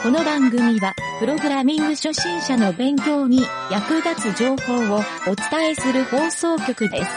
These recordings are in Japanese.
この番組は、プログラミング初心者の勉強に役立つ情報をお伝えする放送局です。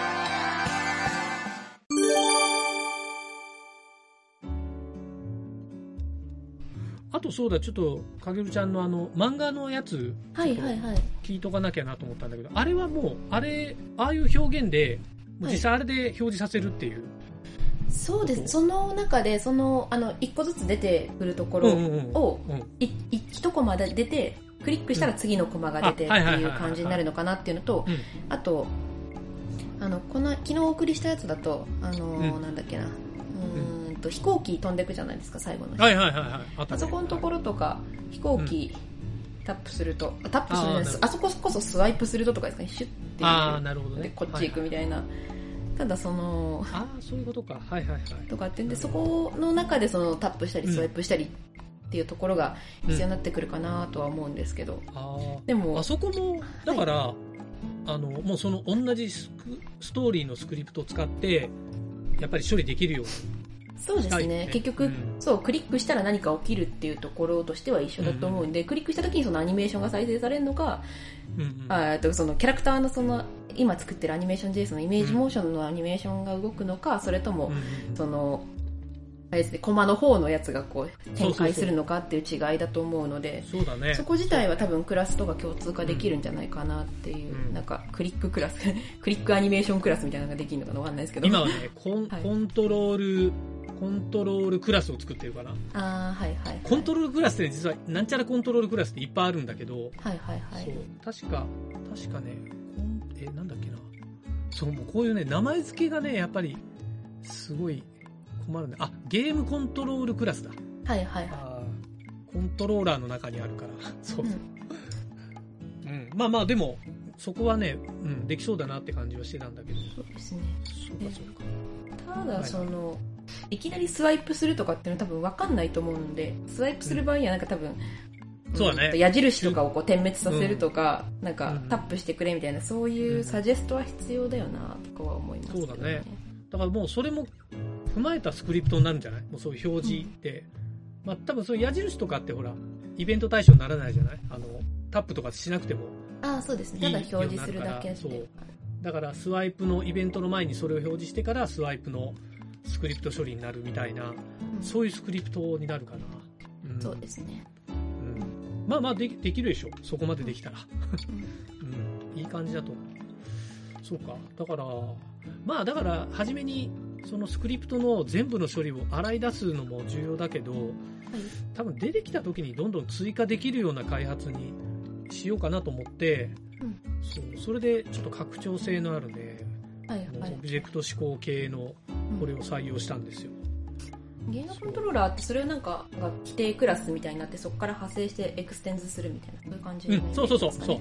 あとそうだ、ちょっとかげるちゃんの漫画のやつ、 はいはいはい、 聞いとかなきゃなと思ったんだけど、あれはもうああいう表現でもう実際あれで表示させるっていう、 そうです。その中で一個ずつ出てくるところを一コマで出てクリックしたら次のコマが出てっていう感じになるのかなっていうのと、あと昨日お送りしたやつだとなんだっけな、飛行機飛んでくじゃないですか、最後の。 はいはいはいはい。 あそこのところとか飛行機タップすると、タップするんです。あそここそスワイプするととかですかね、シュッていう。 ああ、なるほどね。 でこっち行くみたいな。ただそういうことか。はいはいはい。 とかってんで、そこの中でタップしたりスワイプしたりっていうところが必要になってくるかなとは思うんですけど。でもあそこもだから、もうその同じストーリーのスクリプトを使ってやっぱり処理できるように。 そうですね。結局、クリックしたら何か起きるっていうところとしては一緒だと思うんで、クリックした時にそのアニメーションが再生されるのか、そのキャラクターの今作ってるアニメーション JS のイメージモーションのアニメーションが動くのか、それとも、あれですね、コマの方のやつがこう展開するのかっていう違いだと思うので、 そうだね。 そこ自体は多分クラスとか共通化できるんじゃないかなっていう、なんかクリッククラスクリックアニメーションクラスみたいなのができるのかわかんないですけど、 今はねコントロールクラスを作ってるかな。 はいはい。 コントロールクラスって実はなんちゃらコントロールクラスっていっぱいあるんだけど、 はいはいはい。 そう確かね、なんだっけな。そう、もうこういうね名前付けがねやっぱりすごい困るね。ゲームコントロールクラスだ。 はいはいはい。 コントローラーの中にあるから、そう。まあまあでもそこはね、できそうだなって感じはしてたんだけど。 そうですね。 そうか。 ただいきなりスワイプするとかっていうのは多分分かんないと思うので、スワイプする場合にはなんか多分、 そうだね。 矢印とかをこう点滅させるとか、なんかタップしてくれみたいな、そういうサジェストは必要だよなとかは思いますけどね。 そうだね。だからもうそれも踏まえたスクリプトになるんじゃない？もうそういう表示で、まあ多分そういう矢印とかってほらイベント対象にならないじゃない？タップとかしなくても。 そうですね。ただ表示するだけで。 そう。だからスワイプのイベントの前にそれを表示してからスワイプのスクリプト処理になるみたいな、そういうスクリプトになるかな。 そうですね。 まあまあできるでしょ。そこまでできたら。いい感じだと思う。そうか。だから初めにそのスクリプトの全部の処理を洗い出すのも重要だけど、多分出てきた時にどんどん追加できるような開発にしようかなと思って、それでちょっと拡張性のあるね、オブジェクト指向系のこれを採用したんですよ。 ゲームコントローラーってそれをなんかが規定クラスみたいになって、そこから派生してエクステンズするみたいな、そういう感じですかね。 そう、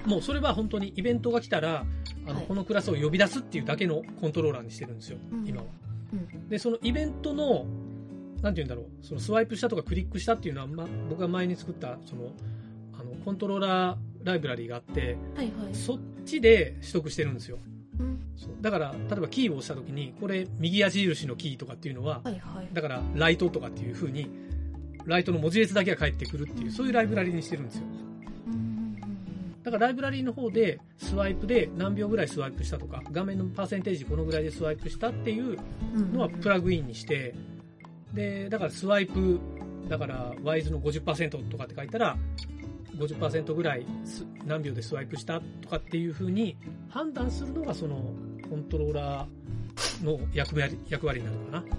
もうそれは本当にイベントが来たらこのクラスを呼び出すっていうだけのコントローラーにしてるんですよ、今は。でそのイベントのなんていうんだろう、そのスワイプしたとかクリックしたっていうのは、僕が前に作ったコントローラーライブラリーがあって、そっちで取得してるんですよ。だから例えばキーを押した時にこれ右矢印のキーとかっていうのは、だからライトとかっていう風にライトの文字列だけが返ってくるっていう、そういうライブラリにしてるんですよ。だからライブラリの方でスワイプで何秒ぐらいスワイプしたとか、画面のパーセンテージこのぐらいでスワイプしたっていうのはプラグインにして、でだからスワイプだからワイズの 50% とかって書いたら 50% ぐらい何秒でスワイプしたとかっていう風に判断するのがそのコントローラーの役割になるかな。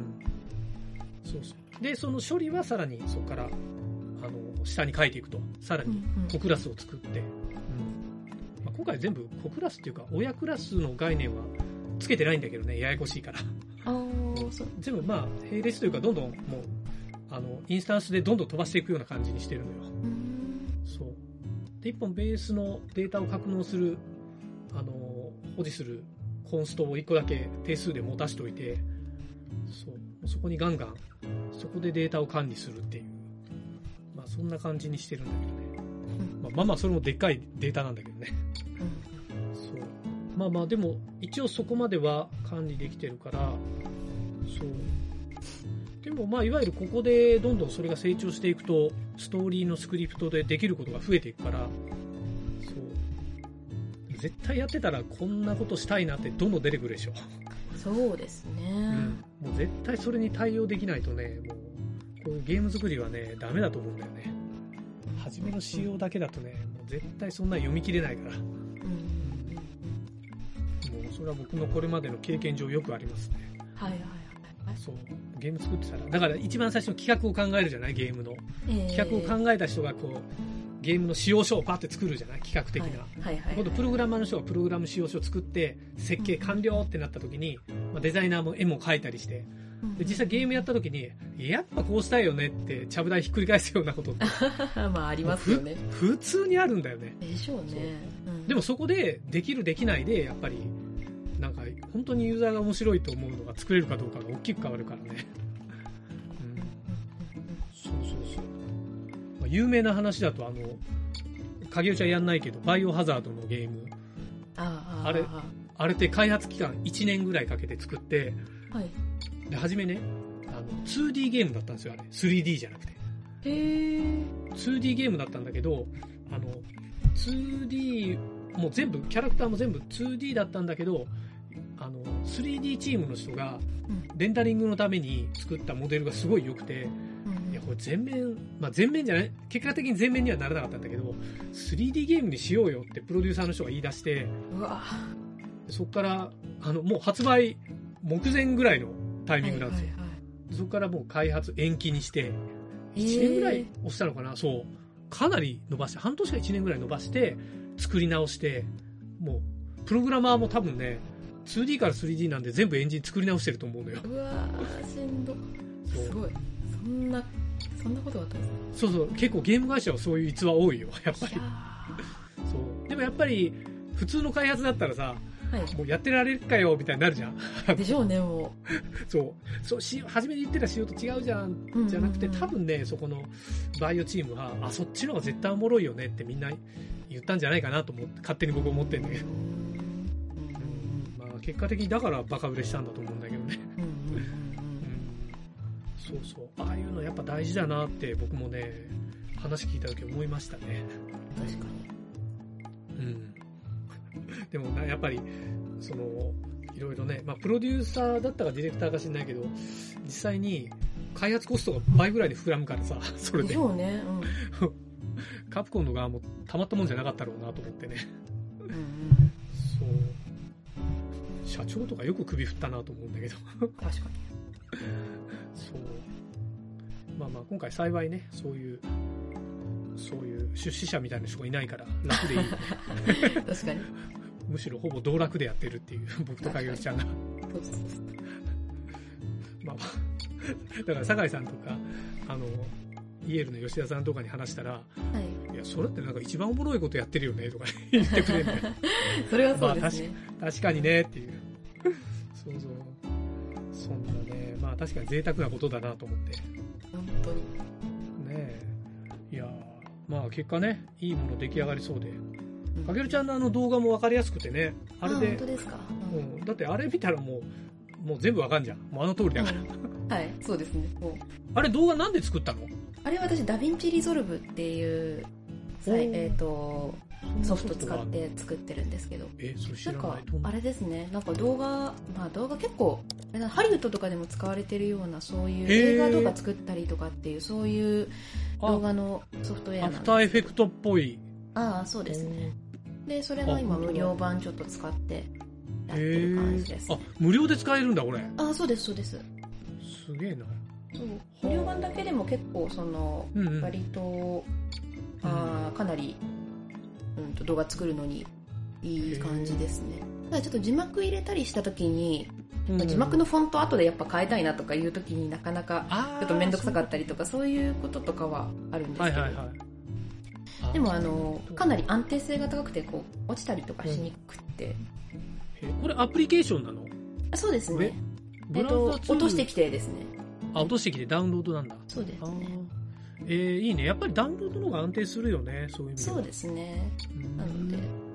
でその処理はさらにそこから下に書いていくと、さらに子クラスを作って、今回全部子クラスっていうか親クラスの概念はつけてないんだけどね、ややこしいから全部並列というかどんどんもうインスタンスでどんどん飛ばしていくような感じにしてるのよ。そうで1本ベースのデータを格納する保持するコンストを1個だけ定数で持たしといて、そこにガンガンそこでデータを管理するっていう、そんな感じにしてるんだけどね。それもでっかいデータなんだけどね。そうでも一応そこまでは管理できてるから、そうでもまあいわゆるここでどんどんそれが成長していくとストーリーのスクリプトでできることが増えていくから、そう絶対やってたらこんなことしたいなってどんどん出てくるでしょ。 そうですね、 もう絶対それに対応できないとね、もうこういうゲーム作りはねダメだと思うんだよね。初めの仕様だけだとね、もう絶対そんな読み切れないから、もうそれは僕のこれまでの経験上よくありますね。 はいはいはい。 そうゲーム作ってたら、だから一番最初の企画を考えるじゃない、ゲームの、企画を考えた人がこうゲームの仕様書をパッて作るじゃない、企画的な、今度プログラマーの人がプログラム仕様書を作って設計完了ってなった時に、まあ、デザイナーも絵も描いたりして、で実際ゲームやった時にやっぱこうしたいよねってちゃぶ台ひっくり返すようなことってまあありますよね。 普通にあるんだよね。 でしょうね。 でもそこでできるできないでやっぱりなんか本当にユーザーが面白いと思うのが作れるかどうかが大きく変わるからね。そうそうそう。まあ、有名な話だと影内はやんないけどバイオハザードのゲーム、あれって開発期間1年ぐらいかけて作って、はい、で初めね2D ゲームだったんですよ、あれ 3D じゃなくて。2D ゲームだったんだけど2D もう全部キャラクターも全部 2D だったんだけど3D チームの人がレンダリングのために作ったモデルがすごい良くて、いやこれ全面じゃない、結果的に全面にはならなかったんだけど 3D ゲームにしようよってプロデューサーの人が言い出して、うわそこからもう発売目前ぐらいのタイミングなんですよ、そこからもう開発延期にして1年ぐらい押したのかな、そうかなり伸ばして半年か1年ぐらい伸ばして作り直して、もうプログラマーも多分ね 2D から 3D なんで全部エンジン作り直してると思うのよ。 うわーしんど。すごい。そんなことがあったんですか。 そう結構ゲーム会社はそういう逸話多いよやっぱり。そうでもやっぱり普通の開発だったらさ、もうやってられるかよみたいになるじゃん。 でしょうね、もう。そう初めに言ってた仕様と違うじゃん、じゃなくて、多分ねそこのバイオチームはそっちの方が絶対おもろいよねってみんな言ったんじゃないかなと思って勝手に僕思ってるんだけど、まあ結果的にだからバカ売れしたんだと思うんだけどね。そうああいうのやっぱ大事だなって僕もね話聞いた時思いましたね。 確かに。 でもやっぱりいろいろね、まあ、プロデューサーだったかディレクターか知んないけど実際に開発コストが倍ぐらいで膨らむからさ、それでそうね、 カプコンの側もたまったもんじゃなかったろうなと思ってね。そう社長とかよく首振ったなと思うんだけど。 確かに。 そうまあ今回幸いねそういう出資者みたいな人がいないから楽でいい、ね、 確かに。 むしろほぼ同楽でやってるっていう僕と影内ちゃんがまあだから酒井さんとかイエールの吉田さんとかに話したら、いやそれってなんか一番おもろいことやってるよねとか言ってくれるんだよ。 それはそうですね。 確かにねっていう。そうそんなね、まあ確かに贅沢なことだなと思って本当にねえ。いやまあ結果ねいいもの出来上がりそうで、かけるちゃんの動画も分かりやすくてね、あれで本当ですか、 だってあれ見たらもう全部分かんじゃん、もう通りだから、 はいそうですね。 あれ動画なんで作ったの？ あれ私ダヴィンチリゾルブっていうソフト使って作ってるんですけど、なんかあれですね、なんか動画結構ハリウッドとかでも使われてるようなそういう映画動画作ったりとかっていうそういう動画のソフトウェアなんです。 アフターエフェクトっぽい。 そうですね。でそれの今無料版ちょっと使ってやってる感じです。 無料で使えるんだこれ。 そうですそうです。 すげえな。 そう無料版だけでも結構割とかなり動画作るのにいい感じですね。ただちょっと字幕入れたりした時に、字幕のフォント後でやっぱ変えたいなとかいう時になかなかちょっと面倒くさかったりとかそういうこととかはあるんですけど、でもかなり安定性が高くて落ちたりとかしにくくて、 これアプリケーションなの？ そうですね。落としてきてですね。 落としてきてダウンロードなんだ。 そうですね。 いいね。やっぱりダウンロードの方が安定するよね。そういう意味では。 そうですね。なので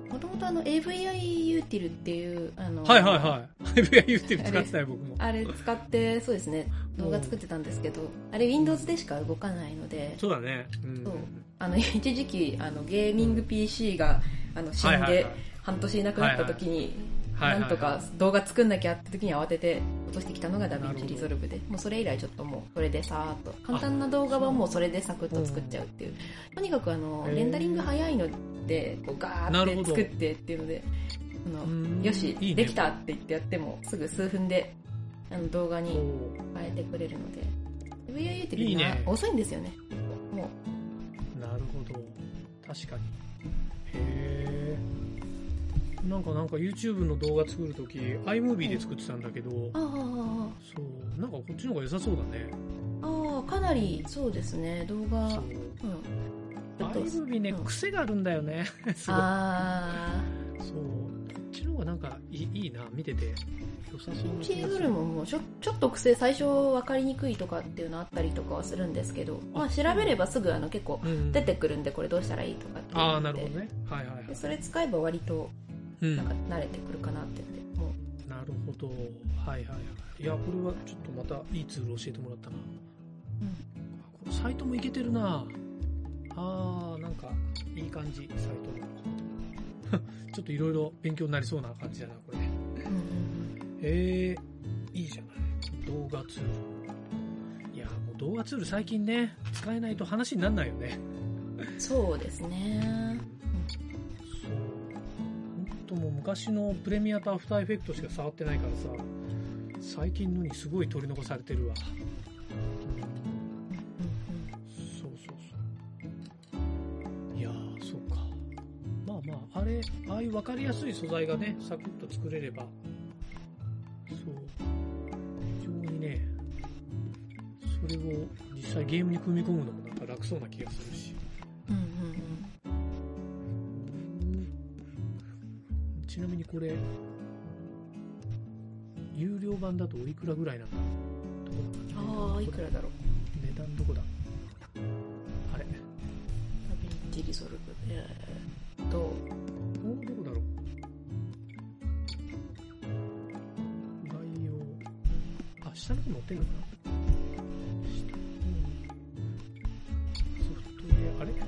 もともとAVI ユーティルっていうはいはいはい AVI ユーティル使ってたよ僕も。 あれ使ってそうですね動画作ってたんですけど、あれ Windows でしか動かないので。 そうだね。 そう一時期ゲーミング PC が死んで半年いなくなった時に、なんとか動画作んなきゃって時に慌てて落としてきたのがダヴィンチリゾルブで、もうそれ以来ちょっともうそれでさーっと簡単な動画はもうそれでサクッと作っちゃうっていう、とにかくレンダリング早いのでこうガーって作ってっていうので、よしいい、ね、できたって言ってやってもすぐ数分で動画に変えてくれるので、 VIU ってみんな遅いんですよね。もうなるほど、確かに。へー、なんか YouTube の動画作るとき iMovie で作ってたんだけど、そうなんかこっちの方が良さそうだね。 かなりそうですね、動画。そう、 iMovie ね、癖があるんだよねすごい。そうこっちの方がなんかいいな、見てて良さそうな気がする。 チーズルもちょっと癖最初分かりにくいとかっていうのあったりとかはするんですけど、まあ調べればすぐ結構出てくるんで、これどうしたらいいとかってああ、なるほどね。はいはいはい。 でそれ使えば割となんか慣れてくるかなって言って、もうなるほど。はいはいはい。いや、これはちょっとまたいいツール教えてもらったな。このサイトもいけてるな。なんかいい感じ、サイトもちょっといろいろ勉強になりそうな感じだなこれ。いいじゃない、動画ツール。いや、もう動画ツール最近ね、使えないと話にならないよねそうですね。 そう、本当もう昔のプレミアとアフターエフェクトしか触ってないからさ、最近のにすごい取り残されてるわ。ああいう分かりやすい素材がね、サクッと作れれば、そう非常にね、それを実際ゲームに組み込むのもなんか楽そうな気がするし。ちなみにこれ有料版だとおいくらぐらいなんだろう。 いくらだろう。 値段どこだ。あれ。 ダヴィンチリゾルブ。どこだろう。概要。下の方載ってんのかな。ソフトウェア、あれ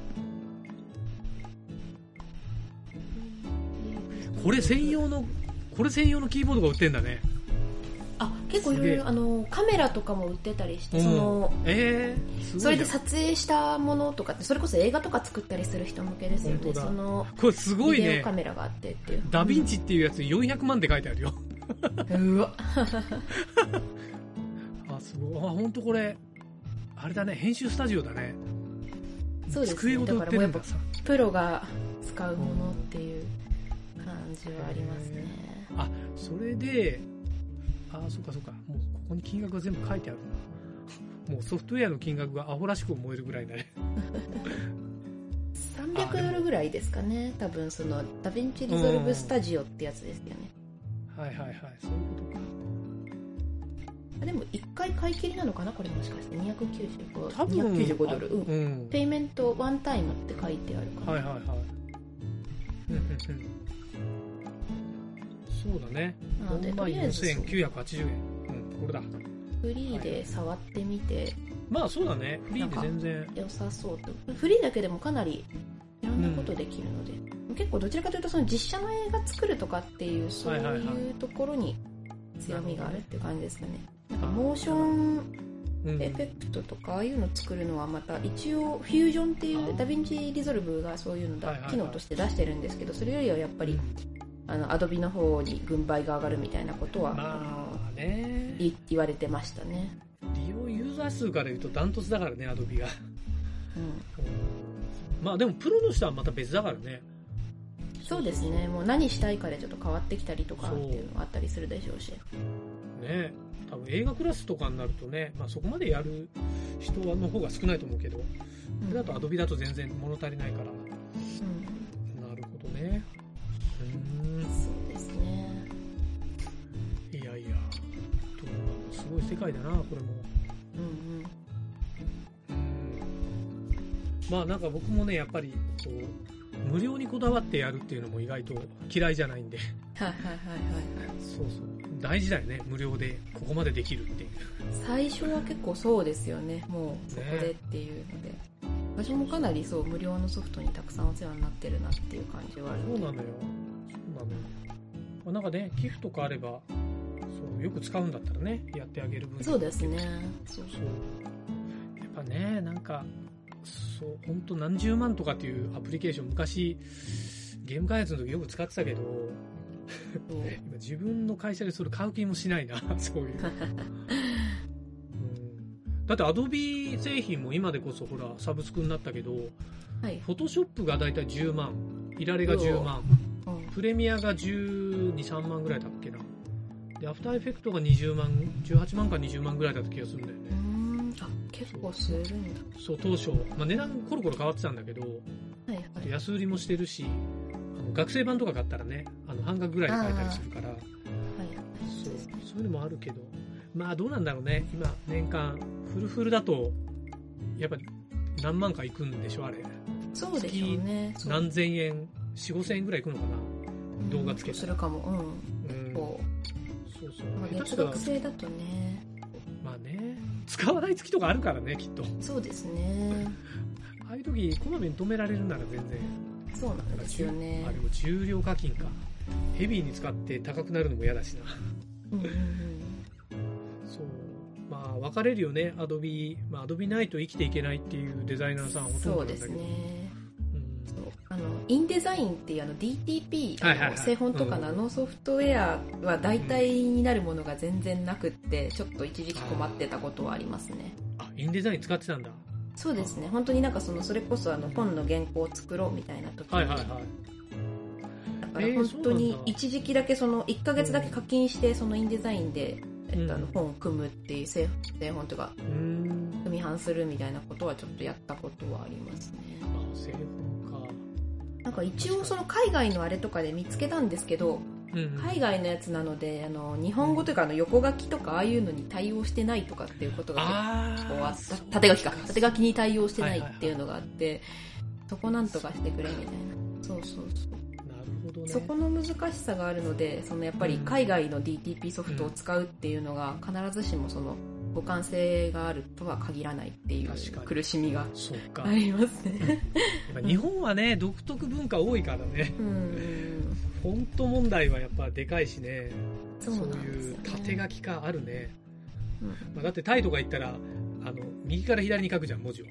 これ専用のキーボードが売ってんだね。 結構いろいろカメラとかも売ってたりして、それで撮影したものとかって、それこそ映画とか作ったりする人向けですよね。 これすごいね。 ビデオカメラがあってっていう。 ダヴィンチっていうやつに400万って書いてあるようわすごい。本当これあれだね、編集スタジオだね。 そうですね。 机ごと売ってるんださ。 プロが使うものっていう感じはありますね。 それでそうかそうか、もうここに金額が全部書いてあるな。もうソフトウェアの金額がアホらしく思えるぐらいだね 300ドルぐらいですかね、多分。そのダヴィンチリゾルブスタジオってやつですよね。 はいはいはい、そういうことか。 でも1回買い切りなのかなこれ、もしかして295 多分 295ドル、ペイメントワンタイムって書いてあるかな。 はいはいはい。そうだね。44,980円。これだ。 フリーで触ってみて。 まあそうだね。フリーで全然良さそうと。フリーだけでもかなりいろんなことできるので、結構どちらかというとその実写の映画作るとかっていうそういうところに強みがあるっていう感じですかね。なんかモーションエフェクトとかああいうの作るのはまた一応フュージョンっていうダヴィンチリゾルブがそういうの機能として出してるんですけど、それよりはやっぱりアドビの方に軍配が上がるみたいなことは、言われてましたね。 利用ユーザー数から言うとダントツだからね、アドビが。まあでもプロの人はまた別だからね。 そうですね。もう何したいかでちょっと変わってきたりとかっていうのがあったりするでしょうし。 ね、多分映画クラスとかになるとね、まあそこまでやる人の方が少ないと思うけど、それだとアドビだと全然物足りないから。なるほどね。 そうですね。 いやいや、すごい世界だな、これも。まあなんか僕もね、やっぱりこう無料にこだわってやるっていうのも意外と嫌いじゃないんで。 はいはいはいはい。 そうそう。大事だよね。無料でここまでできるっていう。 最初は結構そうですよね。もうそこでっていうので。私もかなりそう無料のソフトにたくさんお世話になってるなっていう感じはある。 そうなのよ。そうなのよ。なんかね、寄付とかあれば、そうよく使うんだったらね、やってあげる分。 そうですね。そうそう。 やっぱね、なんか、そう本当何十万とかっていうアプリケーション昔ゲーム開発の時よく使ってたけど今自分の会社でそれ買う気もしないなそういう、だってアドビ製品も今でこそほらサブスクになったけど、はい、フォトショップがだいたい10万いられが10万、プレミアが12、3万ぐらいだっけなでアフターエフェクトが20万18万か20万ぐらいだった気がするんだよね。 結構するんだ。 そう当初、値段コロコロ変わってたんだけど、はいはい、安売りもしてるし学生版とか買ったらね半額ぐらいで買えたりするから、はい、そういうのもあるけどまあどうなんだろうね。今年間フルフルだとやっぱ何万かいくんでしょあれ。 そうでしょうね。 何千円 4,5,000 円ぐらいいくのかな、動画つけたら。 するかも。結構そう月額制だとね。 まあね使わない月とかあるからねきっと。 そうですねああいう時こまめに止められるなら全然。 そうなんですよね。 でも重量課金かヘビーに使って高くなるのも嫌だしなそうまあ分かれるよねアドビないと生きていけないっていうデザイナーさんほとんどなんだけど。そうですね、 インデザインっていうDTP、製本とかのソフトウェアは代替になるものが全然なくってちょっと一時期困ってたことはありますね。 インデザイン使ってたんだ。 そうですね。本当になんかそれこそ本の原稿を作ろうみたいな時に、だから本当に一時期だけ1ヶ月だけ課金してそのインデザインで、本を組むっていう製本とか組み版するみたいなことはちょっとやったことはありますね。 製本か。 なんか一応海外のあれとかで見つけたんですけど、海外のやつなので日本語というか横書きとかああいうのに対応してないとかっていうことが結構あった。縦書きに対応してないっていうのがあって、そこなんとかしてくれみたいな。そうそうそう。 なるほどね。 そこの難しさがあるのでやっぱり海外の DTP ソフトを使うっていうのが必ずしも互換性があるとは限らないっていう苦しみがありますね。 日本はね独特文化多いからね。フォント問題はやっぱでかいしね。そういう縦書きかあるね。だってタイとか行ったら右から左に書くじゃん文字を。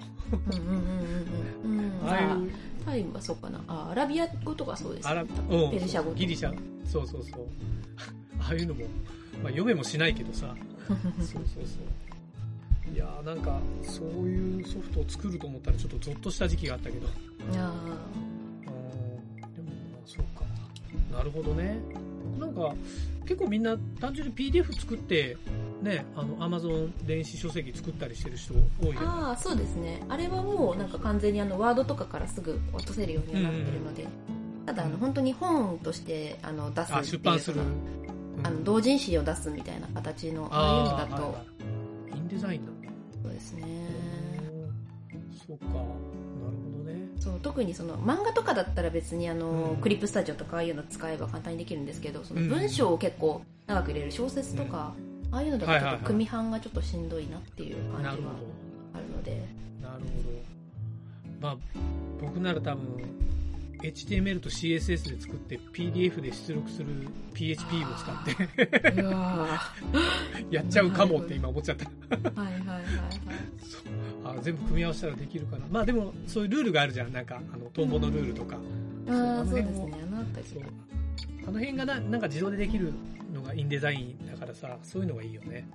ああいうタイはそうかな。アラビア語とかそうですね。ペルシャ語とか。 ギリシャ。そうそうそう。ああいうのも読めもしないけどさ。そうそうそう。いやーなんかそういうソフトを作ると思ったらちょっとゾッとした時期があったけど。でもそうか。なるほどね。なんか結構みんな単純に PDF 作ってねAmazon 電子書籍作ったりしてる人多いよね。 ああそうですね。あれはもうなんか完全にワードとかからすぐ落とせるようにはなってるので、ただ本当に本として出すっていう出版する。 同人誌を出すみたいな形のああいうのだと、 インデザインなんだ。 そうですね。 そうか、なるほどね。 そう特に漫画とかだったら別にクリップスタジオとかああいうの使えば簡単にできるんですけど、文章を結構長く入れる小説とか、ああいうのだとちょっと組版がちょっとしんどいなっていう感じはあるので。 なるほど。僕なら多分HTML と CSS で作って PDF で出力する PHP を使ってやっちゃうかもって今思っちゃったはいはいはいはい。 そう全部組み合わせたらできるかな。でもそういうルールがあるじゃん。なんかトンボのルールとか、 そうですね。 あの辺がなんか自動でできるのがインデザインだからさ、そういうのがいいよね。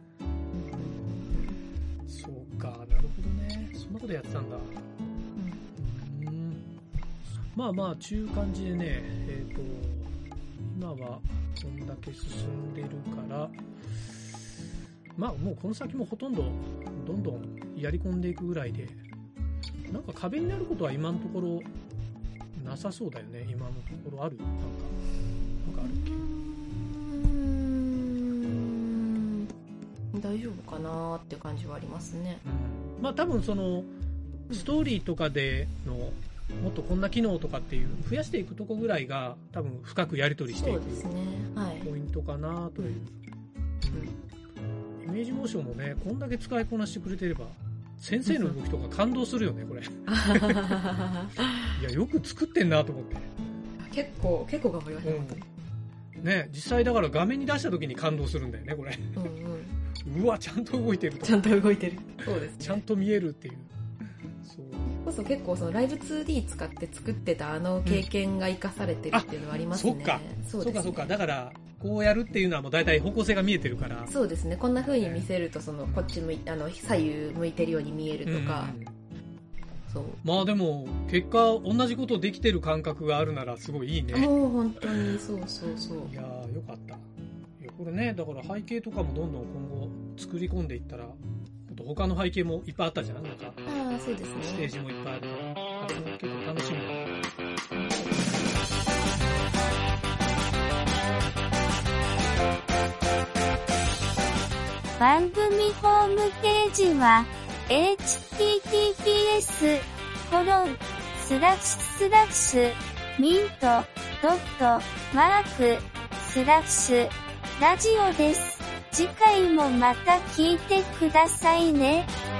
そうか、なるほどね。そんなことやってたんだ。ちゅう感じでね、今はこんだけ進んでるからもうこの先もほとんどどんどんやり込んでいくぐらいで、なんか壁になることは今のところなさそうだよね。今のところある？なんかあるっけ？ 大丈夫かなっていう感じはありますね。 多分ストーリーとかでのもっとこんな機能とかっていう増やしていくとこぐらいが多分深くやり取りしていくポイントかなという、イメージモーションもねこんだけ使いこなしてくれてれば先生の動きとか感動するよねこれいやよく作ってんなと思って。 結構頑張りました、本当にね。実際だから画面に出した時に感動するんだよねこれうわちゃんと動いてると、 ちゃんと動いてる、そうですね、 ちゃんと見えるっていう。 そう結構そのライブ 2D 使って作ってた経験が生かされてるっていうのはありますね。 そうかだからこうやるっていうのはもう大体方向性が見えてるから。 そうですね、こんな風に見せるとこっち左右向いてるように見えるとか、そうまあでも結果同じことできてる感覚があるならすごいいいね。 もう本当にそういやーよかった。いやこれねだから背景とかもどんどん今後作り込んでいったら他の背景もいっぱいあったじゃん。なんかそうですね、 ステージもいっぱいあるからあれも結構楽しみだ。 番組ホームページは https://mint.mark/ラジオです。次回もまた聞いてくださいね。